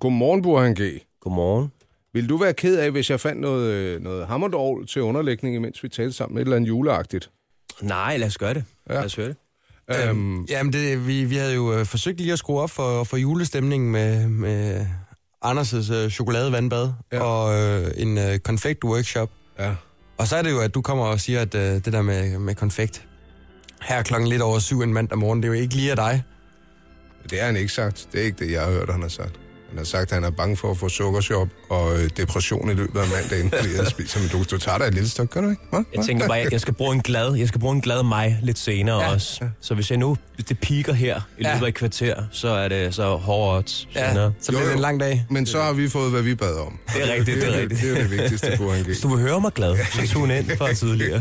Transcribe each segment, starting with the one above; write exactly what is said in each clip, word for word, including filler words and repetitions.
Godmorgen, Burhan G. Godmorgen. Vil du være ked af, hvis jeg fandt noget, noget hammerdorgel til underlægning, imens vi talte sammen? Et eller andet juleagtigt? Nej, lad os gøre det. Ja. Lad os høre det. Øhm, jamen, det, vi, vi havde jo øh, forsøgt lige at skrue op for, for julestemningen med, med Anders' øh, chokoladevandbad ja. og øh, en øh, konfekt-workshop. Ja. Og så er det jo, at du kommer og siger, at øh, det der med, med konfekt, her klokken lidt over syv en mandag morgen, det er jo ikke lige af dig. Det har han ikke sagt. Det er ikke det, jeg har hørt, han har sagt. Han har sagt, at han er bange for at få sukkershop og øh, depression i løbet af mandagen, fordi han spiser. Men du, du tager dig et lille stykke, gør du ikke? Hva? Jeg tænker bare, at jeg skal bruge en glad, jeg skal bruge en glad mig lidt senere ja. også. Ja. Så hvis jeg nu, hvis det piker her i løbet af et kvarter, så er det så hårdt odds senere. Ja, så bliver det en lang dag. Men så har vi fået, hvad vi bad om. Det er rigtigt, det er rigtigt. Det er jo det vigtigste, Burhan G. Hvis du vil høre mig glad, så tune ind for tidligere.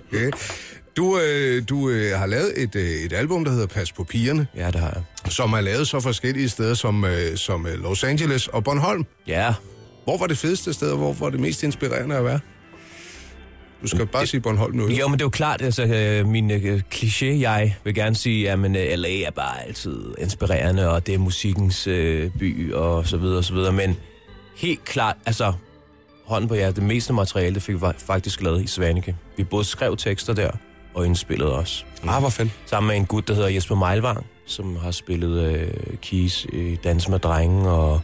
Du, øh, du øh, har lavet et, øh, et album, der hedder Pas på pigerne. Ja, det har jeg. Som er lavet så forskellige steder som, øh, som øh, Los Angeles og Bornholm. Ja. Hvor var det fedeste sted, og hvor var det mest inspirerende at være? Du skal bare det, sige Bornholm nu. Jo, men det er jo klart, altså øh, min øh, kliché, jeg vil gerne sige, at men, øh, L A er bare altid inspirerende, og det er musikkens øh, by, og så videre, og så videre. Men helt klart, altså, hånden på jer, det meste materiale, det fik vi faktisk lavet i Svaneke. Vi både skrev tekster der, og indspillede også. Ah, hvor fedt. Sammen med en gut, der hedder Jesper Meilvang, som har spillet øh, keys i Dans med Drenge, og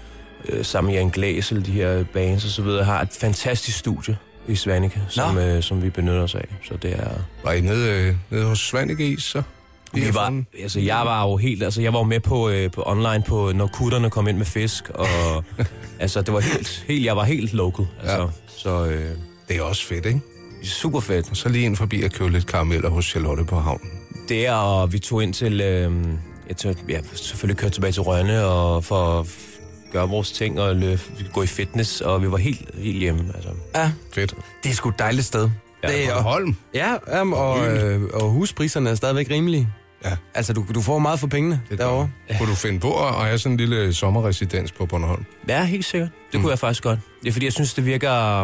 øh, sammen med Jan Glæsel, de her bands og så videre, har et fantastisk studie i Svaneke, som, øh, som vi benytter os af. Så det er... Var I nede, øh, nede hos Svaneke is, så? Vi var, altså, jeg var jo helt, altså, jeg var jo med på, øh, på online, på, når kutterne kom ind med fisk, og altså, det var helt, helt, jeg var helt local. Altså, ja. Så, øh, det er også fedt, ikke? Super fedt. Og så lige ind forbi at købe lidt karameller hos Charlotte på havnen. Det er, og vi tog ind til, øh, jeg tog, ja, selvfølgelig kørte tilbage til Rønne, og for at gøre vores ting, og løb, gå i fitness, og vi var helt, helt hjemme. Altså. Ja, fedt. Det er sgu et dejligt sted. Ja, det er Bornholm. Ja, um, og, øh, og huspriserne er stadigvæk rimelige. Ja. Altså, du, du får meget for pengene det derovre. Ja. Kunne du finde på at have sådan en lille sommerresidens på Bornholm? Ja, helt sikkert. Det mm. kunne jeg faktisk godt. Det er fordi, jeg synes, det virker...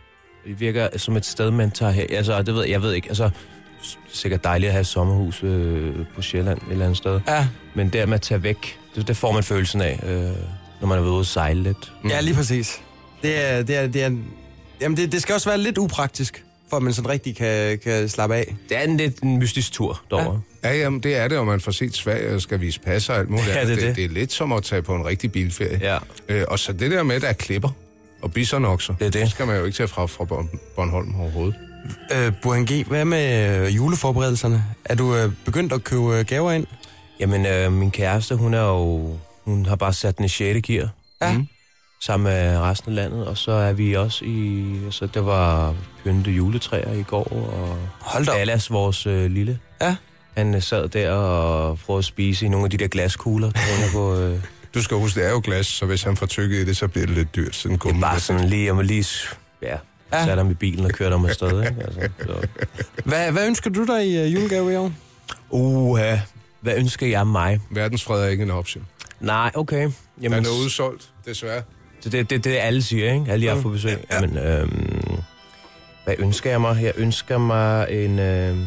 Det virker som et sted, man tager her. Altså, det ved jeg, jeg ved ikke. Altså, det er sikkert dejligt at have et sommerhus øh, på Sjælland et eller andet sted. Ja. Men der med at tage væk, det, det får man følelsen af, øh, når man er ude at sejle lidt. Mm. Ja, lige præcis. Det er, det er, det er, jamen, det, det skal også være lidt upraktisk, for at man sådan rigtig kan, kan slappe af. Det er en lidt en mystisk tur derovre. Ja, ja jamen, det er det, og man får set Sverige og skal vise pas og alt muligt. Ja, det, er det, det. det er lidt som at tage på en rigtig bilferie. Ja. Øh, og så det der med, at der er klipper og bisonokser, det, det. det skal man jo ikke tage fra fra Bornholm overhovedet. Øh, Burhan G, hvad med juleforberedelserne? Er du øh, begyndt at købe gaver ind? Jamen, øh, min kæreste, hun er jo... Hun har bare sat den i sjette gear. Ja. Mm. Sammen med resten af landet, og så er vi også i... Så der var pynte juletræer i går, og... Hold da. Dallas, vores øh, lille... Ja. Han sad der og prøvede at spise i nogle af de der glaskugler, der hænger på... Øh... Du skal huske, det er jo glas, så hvis han får tykket i det, så bliver det lidt dyrt. Sådan det er bare sådan lige... Jeg må lige... Ja, ja. Satte ham i bilen og kørte ham afsted, ikke? Altså, så. Hvad, hvad ønsker du dig i uh, julegave i år? Uha, hvad ønsker jeg mig? Verdensfred er ikke en option. Nej, okay. Jamen, der er noget udsolgt, desværre. Det er det, det, det, alle siger, ikke? Alle jeg får besøg. Ja. Jamen, øhm, hvad ønsker jeg mig? Jeg ønsker mig en... Øh...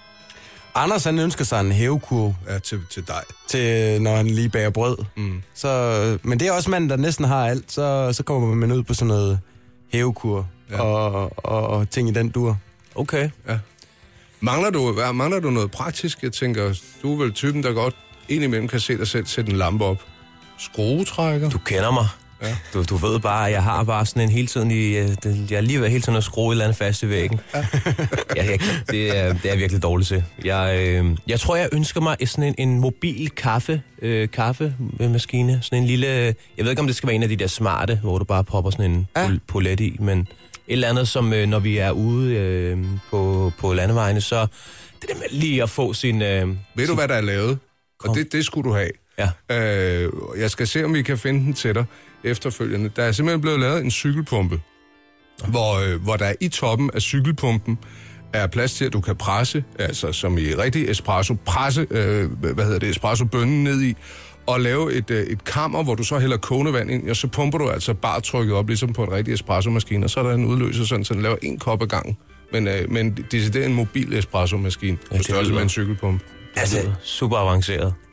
Anders, han ønsker sig en hævekurv. Ja, til, til dig. Til, når han lige bager brød. Mm. Så, men det er også manden, der næsten har alt. Så, så kommer man ud på sådan noget hævekurv ja. og, og, og ting i den dur. Okay. Ja. Mangler du, mangler du noget praktisk? Jeg tænker, du er vel typen, der godt indimellem kan se dig selv sætte en lampe op. Skruetrækker? Du kender mig. Ja. Du, du ved bare, jeg har bare sådan en hele tiden i... Jeg har lige været hele tiden at skrue et eller andet fast i væggen. Ja. jeg, jeg, det, er, det er virkelig dårligt til. Jeg, øh, jeg tror, jeg ønsker mig sådan en, en mobil kaffe, øh, kaffemaskine. Sådan en lille... Jeg ved ikke, om det skal være en af de der smarte, hvor du bare popper sådan en ja. polet i, men et eller andet, som øh, når vi er ude øh, på, på landevejene, så det der med lige at få sin... Øh, ved sin... du, hvad der er lavet? Kom. Og det, det skulle du have. Ja. Øh, jeg skal se, om vi kan finde den til dig efterfølgende. Der er simpelthen blevet lavet en cykelpumpe, ja. hvor, øh, hvor der i toppen af cykelpumpen er plads til, at du kan presse, altså som i rigtig espresso, presse, øh, hvad hedder det, espresso-bønnen ned i, og lave et, øh, et kammer, hvor du så hælder kogende vand ind, og så pumper du altså bare trykket op, ligesom på en rigtig espresso-maskine, og så er der en udløser sådan, så den laver en kop ad gangen. Men, øh, men det er en mobil espresso-maskine, på størrelse med en cykelpumpe. Altså, super avanceret.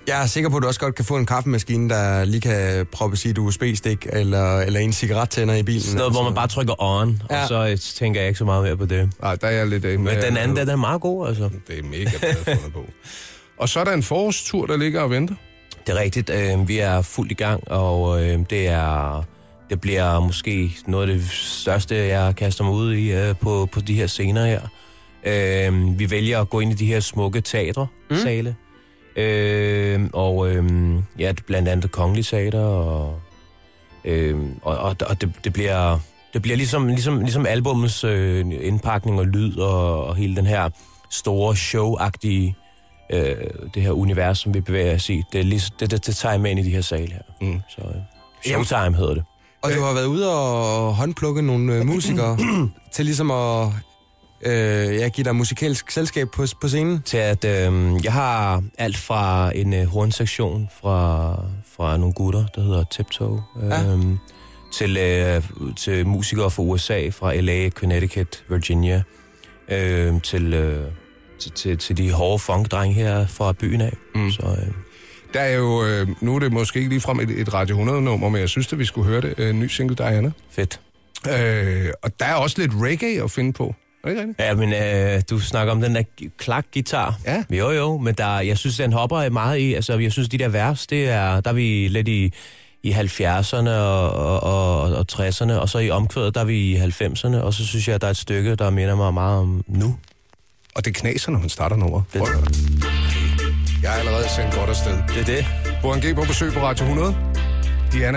Jeg er sikker på, at du også godt kan få en kaffemaskine, der lige kan proppe sit U S B-stik eller, eller en cigarettænder i bilen. Sådan noget, altså. hvor man bare trykker on, ja. Og så tænker jeg ikke så meget mere på det. Nej, der er jeg lidt af med. Men den anden, der, den er meget god, altså. Det er mega bedre fundet på. Og så er der en forårstur, der ligger og venter. Det er rigtigt. Øh, vi er fuldt i gang, og øh, det er... Det bliver måske noget af det største, jeg kaster mig ud i øh, på, på de her scener her. Øh, vi vælger at gå ind i de her smukke teatre-sale. Mm. Øh, og øh, ja, blandt andet Kongelige Teater, og, øh, og, og, og det, det bliver... Det bliver ligesom, ligesom, ligesom albumets øh, indpakning og lyd og, og hele den her store show-agtige øh, det her univers, som vi bevæger os i. Det, er lige, det, det, det tager jeg med ind i de her sale her. Mm. Så øh, Showtime hedder det. Og du har været ude og håndplukke nogle øh, musikere til ligesom at øh, ja, give dig musikalsk selskab på, på scenen? Til at øh, jeg har alt fra en øh, hornsektion fra, fra nogle gutter, der hedder Tiptoe, øh, ja. til, øh, til musikere fra U S A, fra L A, Connecticut, Virginia, øh, til, øh, til, til, til de hårde funkdrenge her fra byen af. Mm. Så... Øh, Der er jo, øh, nu er det måske ikke ligefrem et, et Radio hundrede-nummer, men jeg synes, at vi skulle høre det. Øh, ny single, Diana. Fedt. Øh, og der er også lidt reggae at finde på. Er det ikke rigtigt? Ja, men øh, du snakker om den der klak-guitar. Ja. Jo, jo, men der, jeg synes, den hopper meget i. Altså, jeg synes, de der vers, det er, der er vi lidt i, i halvfjerdserne og, og, og, og tresserne, og så i omkvædet, der er vi i halvfemserne, og så synes jeg, der er et stykke, der minder mig meget om nu. Og det knaser, når man starter nummer. Jeg er allerede sendt godt afsted. Det er det. Burhan G på besøg på Radio hundrede. Diana.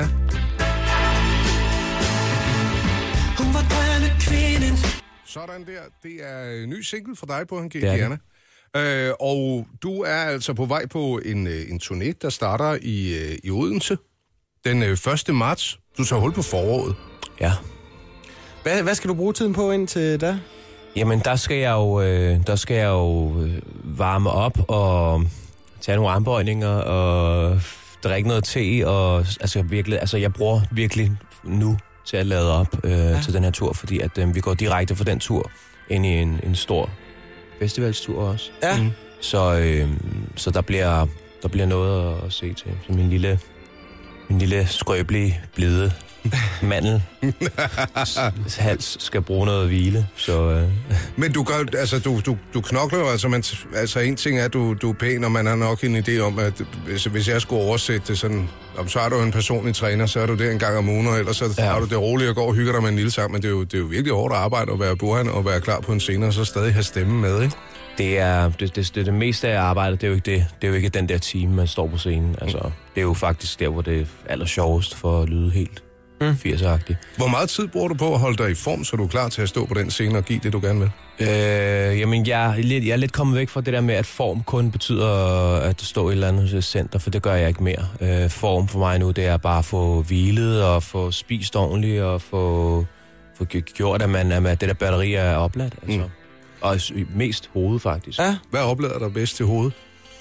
Hun var drømmekvinden. Sådan der. Det er en ny single for dig, Burhan G, det Diana. Øh, og du er altså på vej på en, en turné, der starter i, i Odense den første marts. Du tager hul på foråret. Ja. Hvad, hvad skal du bruge tiden på indtil da? Jamen, der skal jeg jo, øh, der skal jeg jo varme op og tage nogle armbøjninger og drikke noget te. Og, altså, virkelig, altså, jeg bruger virkelig nu til at lade op øh, ja. til den her tur, fordi at, øh, vi går direkte fra den tur ind i en, en stor festivalstur også. Ja. Mm. Så, øh, så der, bliver, der bliver noget at, at se til. Så min lille, min lille skrøbelige, blide mandel hals skal bruge noget hvile, så... Øh. Men du gør, altså, du, du, du knokler jo, altså, man, altså, en ting er, at du, du er pæn, og man har nok en idé om, at hvis, hvis jeg skulle oversætte det sådan, om, så er du en personlig træner, så er du det en gang om ugen, og ellers så ja. har du det roligt og går og hygger dig med en lille sang, men det er jo, det er jo virkelig hårdt arbejde at være Burhan og være klar på en scene, og så stadig have stemme med, ikke? Det er det, det, det, det meste af arbejdet, det er jo ikke det. Det er jo ikke den der time, man står på scenen. Altså, mm. det er jo faktisk der, hvor det er aller sjovest for at lyde helt mm. firserne-agtigt. Hvor meget tid bruger du på at holde dig i form, så du er klar til at stå på den scene og give det, du gerne vil? Øh, jamen, jeg er, lidt, jeg er lidt kommet væk fra det der med, at form kun betyder at stå i et eller andet center, for det gør jeg ikke mere. Øh, form for mig nu, det er bare at få hvilet og få spist ordentligt og få, få gjort, at, man, at det der batteri er opladt. Altså. Mm. Og mest hoved, faktisk. Ja. Hvad oplader dig bedst til hovedet?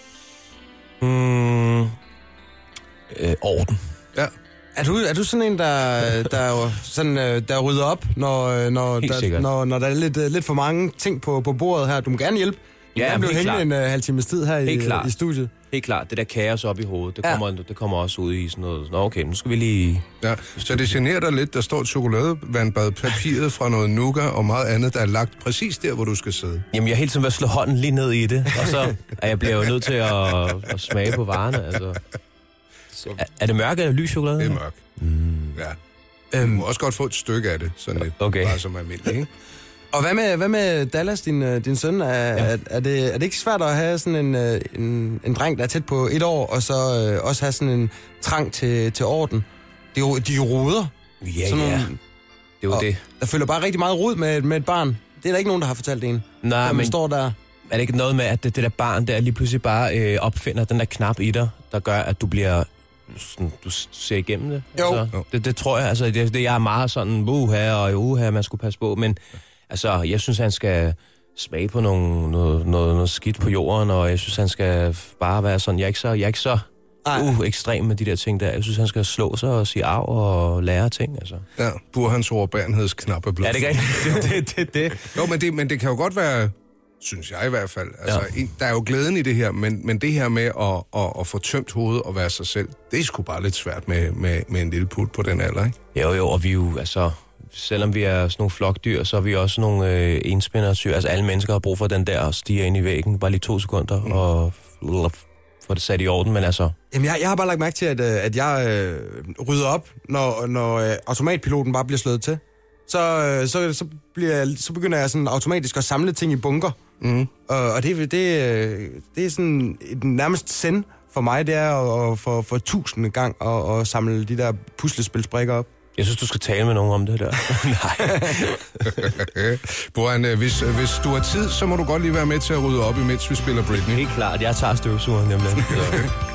Mm, øh, orden. Ja. Er du, er du sådan en, der, der, sådan, der rydder op, når, når, der, når, når der er lidt, lidt for mange ting på, på bordet her? Du må gerne hjælpe. Du ja, kan blive hængende en uh, halv times tid her i, i studiet. Helt klart. Det der kaos op i hovedet, det, ja. kommer, det kommer også ud i sådan noget. Nå, okay, nu skal vi lige... Ja, så det generer dig lidt. Der står et chokoladevandbad, papiret fra noget nougat og meget andet, der er lagt præcis der, hvor du skal sidde. Jamen, jeg er helt som ved at slå hånden lige ned i det, og så er jeg bliver jo nødt til at, at smage på varerne. Altså. Er, er det mørk eller lys chokolade? Det er mørk. Mm. Ja. Du må også godt få et stykke af det, sådan lidt, okay. Bare som almindeligt, ikke? Og hvad med, hvad med Dallas, din, din søn? Er, ja. er, er, det, er det ikke svært at have sådan en, en, en dreng, der er tæt på et år, og så øh, også have sådan en trang til, til orden? De, de roder. Ja, sådan ja. Nogle, det var det. Der følger bare rigtig meget rod med, med et barn. Det er der ikke nogen, der har fortalt en. Nej, men står der. Er det ikke noget med, at det, det der barn der lige pludselig bare øh, opfinder den der knap i dig, der gør, at du bliver... Sådan, du ser igennem det? Jo. Altså, det, det tror jeg. Altså, det, det, jeg er meget sådan, uha og uha, man skulle passe på, men altså, jeg synes, han skal smage på nogle, noget, noget, noget skidt på jorden, og jeg synes, han skal bare være sådan, jeg er ikke så, jeg er ikke så uh, ekstrem med de der ting der. Jeg synes, han skal slå sig og sige af og lære ting, altså. Ja, Burhans overbærenhedsknap er blevet. Ja, det kan det, det, det, det. Jo, men det, men det kan jo godt være... synes jeg i hvert fald. Altså, ja. en, der er jo glæden i det her, men, men det her med at, at, at få tømt hovedet og være sig selv, det er sgu bare lidt svært med, med, med en lille put på den alder, ikke? Jo, jo, og vi jo, altså, selvom vi er sådan nogle flokdyr, så er vi også nogle øh, enspændersyr. Altså, alle mennesker har brug for den der og stiger ind i væggen, bare lige to sekunder, mm. og få det sat i orden, men altså... Jamen, jeg, jeg har bare lagt mærke til, at, at jeg øh, rydder op, når, når øh, automatpiloten bare bliver slået til. Så, øh, så, så, bliver, så begynder jeg sådan automatisk at samle ting i bunker. Mm. Og, og det, det, det er sådan et nærmest send for mig, det er at for, for tusinde gang at, at samle de der puslespilsbrikker op. Jeg synes, du skal tale med nogen om det der. Nej. Bojan, hvis, hvis du har tid, så må du godt lige være med til at rydde op, imens vi spiller Britney. Helt klart. Jeg tager støvsugeren nemlig.